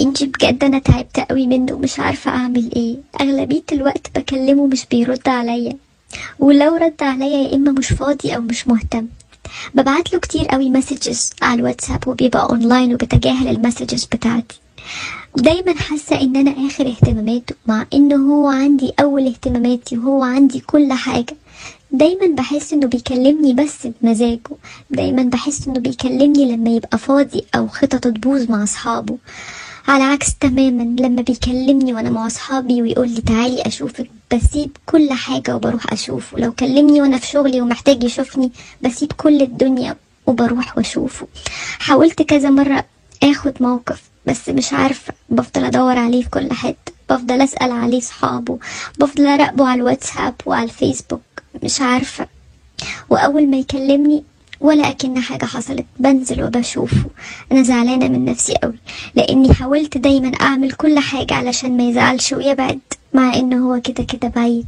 انجي بجد انا تعبت قوي منه ومش عارفة اعمل ايه. اغلبية الوقت بكلمه مش بيرد عليا، ولو رد عليا يا اما مش فاضي او مش مهتم. ببعتله كتير قوي مسجز على الواتساب وبيبقى اونلاين وبتجاهل المسجز بتاعتي. دايما حاسة ان انا اخر اهتماماته، مع انه هو عندي اول اهتماماتي وهو عندي كل حاجة. دايما بحس انه بيكلمني بس بمزاجه، دايما بحس انه بيكلمني لما يبقى فاضي او خططه تبوظ مع اصحابه. على عكس تماما لما بيكلمني وانا مع اصحابي ويقول لي تعالي اشوفك، بسيب كل حاجة وبروح اشوفه. لو كلمني وانا في شغلي ومحتاج يشوفني بسيب كل الدنيا وبروح واشوفه. حاولت كذا مرة اخد موقف بس مش عارفة، بفضل ادور عليه في كل حتة، بفضل اسأل عليه صحابه، بفضل اراقبه على الواتساب وعلى الفيسبوك، مش عارفة. واول ما يكلمني ولا اكن حاجة حصلت بنزل وبشوفه. انا زعلانة من نفسي قوي لاني حاولت دايما اعمل كل حاجة علشان ما يزعلش ويبعد، مع انه هو كده كده بعيد.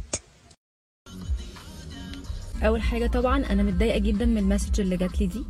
اول حاجة طبعا انا متضايقة جدا من المسج اللي جات لي دي.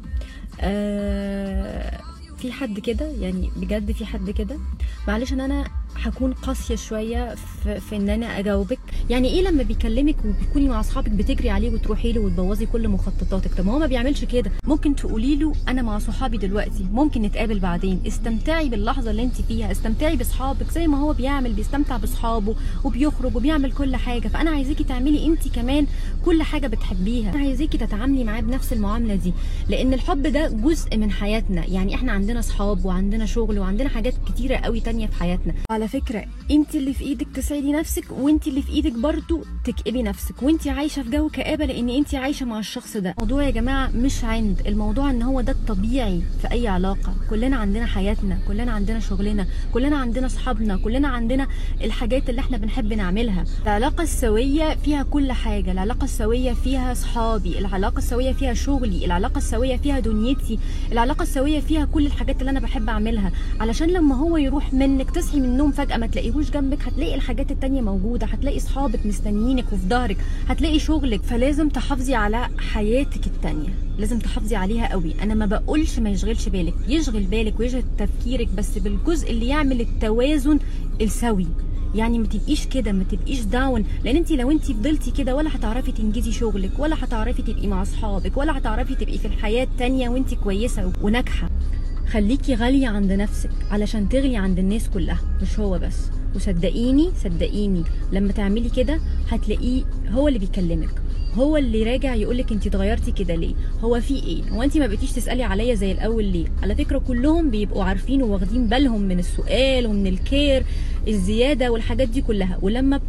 في حد كده، يعني بجد في حد كده. معلش ان انا هكون قاسيه شويه في ان انا اجاوبك. يعني ايه لما بيكلمك وبتكوني مع اصحابك بتجري عليه وتروحي له وتبوظي كل مخططاتك؟ طب ما هو ما بيعملش كده. ممكن تقولي له انا مع صحابي دلوقتي، ممكن نتقابل بعدين. استمتعي باللحظه اللي انت فيها، استمتعي باصحابك زي ما هو بيعمل، بيستمتع باصحابه وبيخرج وبيعمل كل حاجه. فانا عايزاكي تعملي انت كمان كل حاجه بتحبيها، انا عايزاكي تتعاملي معاه بنفس المعامله دي، لان الحب ده جزء من حياتنا. يعني احنا عندنا اصحاب وعندنا شغل وعندنا حاجات كتيره قوي تانية في حياتنا. على فكره انت اللي في ايدك تسعدي نفسك، وانت اللي في ايدك برضو تكئبي نفسك وانت عايشه في جو كآبه لان انت عايشه مع الشخص ده. الموضوع يا جماعه مش عند الموضوع ان هو ده الطبيعي في اي علاقه. كلنا عندنا حياتنا، كلنا عندنا شغلنا، كلنا عندنا اصحابنا، كلنا عندنا الحاجات اللي احنا بنحب نعملها. العلاقه السويه فيها كل حاجه، العلاقه السويه فيها صحابي، العلاقه السويه فيها شغلي، العلاقه السويه فيها دنيتي، العلاقه السويه فيها كل الحاجات اللي انا بحب اعملها. علشان لما هو يروح منك تصحي من النوم فجاه ما تلاقيهوش جنبك، هتلاقي الحاجات التانية موجوده، هتلاقي صحابك مستنيينك وفي ظهرك، هتلاقي شغلك. فلازم تحافظي على حياتك التانية، لازم تحافظي عليها قوي. انا ما بقولش ما يشغلش بالك، يشغل بالك ويشغل تفكيرك، بس بالجزء اللي يعمل التوازن السوي. يعني ما تبقيش كده، ما تبقيش داون، لان انت لو انت فضلتي كده ولا هتعرفي تنجزي شغلك، ولا هتعرفي تبقي مع اصحابك، ولا هتعرفي تبقي في الحياه التانية وانت كويسه وناجحه. خليكي غاليه عند نفسك علشان تغلي عند الناس كلها، مش هو بس. وصدقيني صدقيني لما تعملي كده هتلاقيه هو اللي بيكلمك، هو اللي راجع يقولك انت اتغيرتي كده ليه، هو في ايه، هو انت ما بقيتيش تسالي عليا زي الاول ليه. على فكره كلهم بيبقوا عارفين وواخدين بالهم من السؤال ومن الكير الزياده والحاجات دي كلها، ولما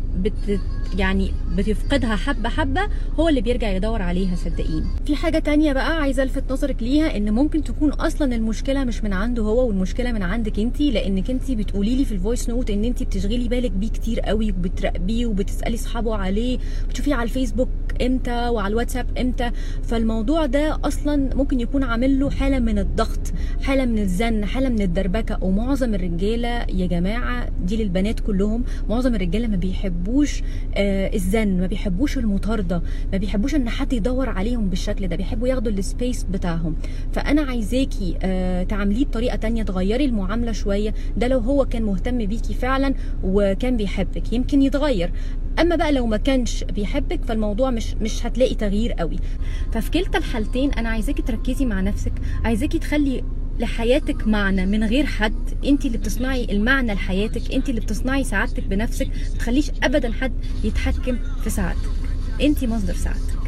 يعني بتفقدها حبه حبه هو اللي بيرجع يدور عليها. صدقيني. في حاجه تانية بقى عايزه الفت نظرك ليها، ان ممكن تكون اصلا المشكله مش من عنده هو والمشكله من عندك انت، لانك انت بتقولي لي في الفويس نوت ان انت بتشغلي بالك بيه كتير قوي وبتراقبيه وبتسالي اصحابه عليه، بتشوفيه على الفيسبوك امتى وعلى الواتساب امتى. فالموضوع ده اصلا ممكن يكون عامل له حاله من الضغط، حاله من الزن، حاله من الدربكه. ومعظم الرجاله يا جماعه، دي للبنات كلهم، معظم الرجاله ما بيحبوش الزن، ما بيحبوش المطارده، ما بيحبوش ان حد يدور عليهم بالشكل ده، بيحبوا ياخدوا السبيس بتاعهم. فانا عايزاكي تعامليه بطريقه تانية، تغيري المعامله شويه. ده لو هو كان مهتم بيكي فعلا وكان بيحبك يمكن يتغير، اما بقى لو ما كانش بيحبك فالموضوع مش هتلاقي تغيير قوي. ففي كلتا الحالتين انا عايزاكي تركزي مع نفسك، عايزاكي تخلي لحياتك معنى من غير حد. انت اللي بتصنعي المعنى لحياتك، انت اللي بتصنعي سعادتك بنفسك. ما تخليش ابدا حد يتحكم في سعادتك، انت مصدر سعادتك.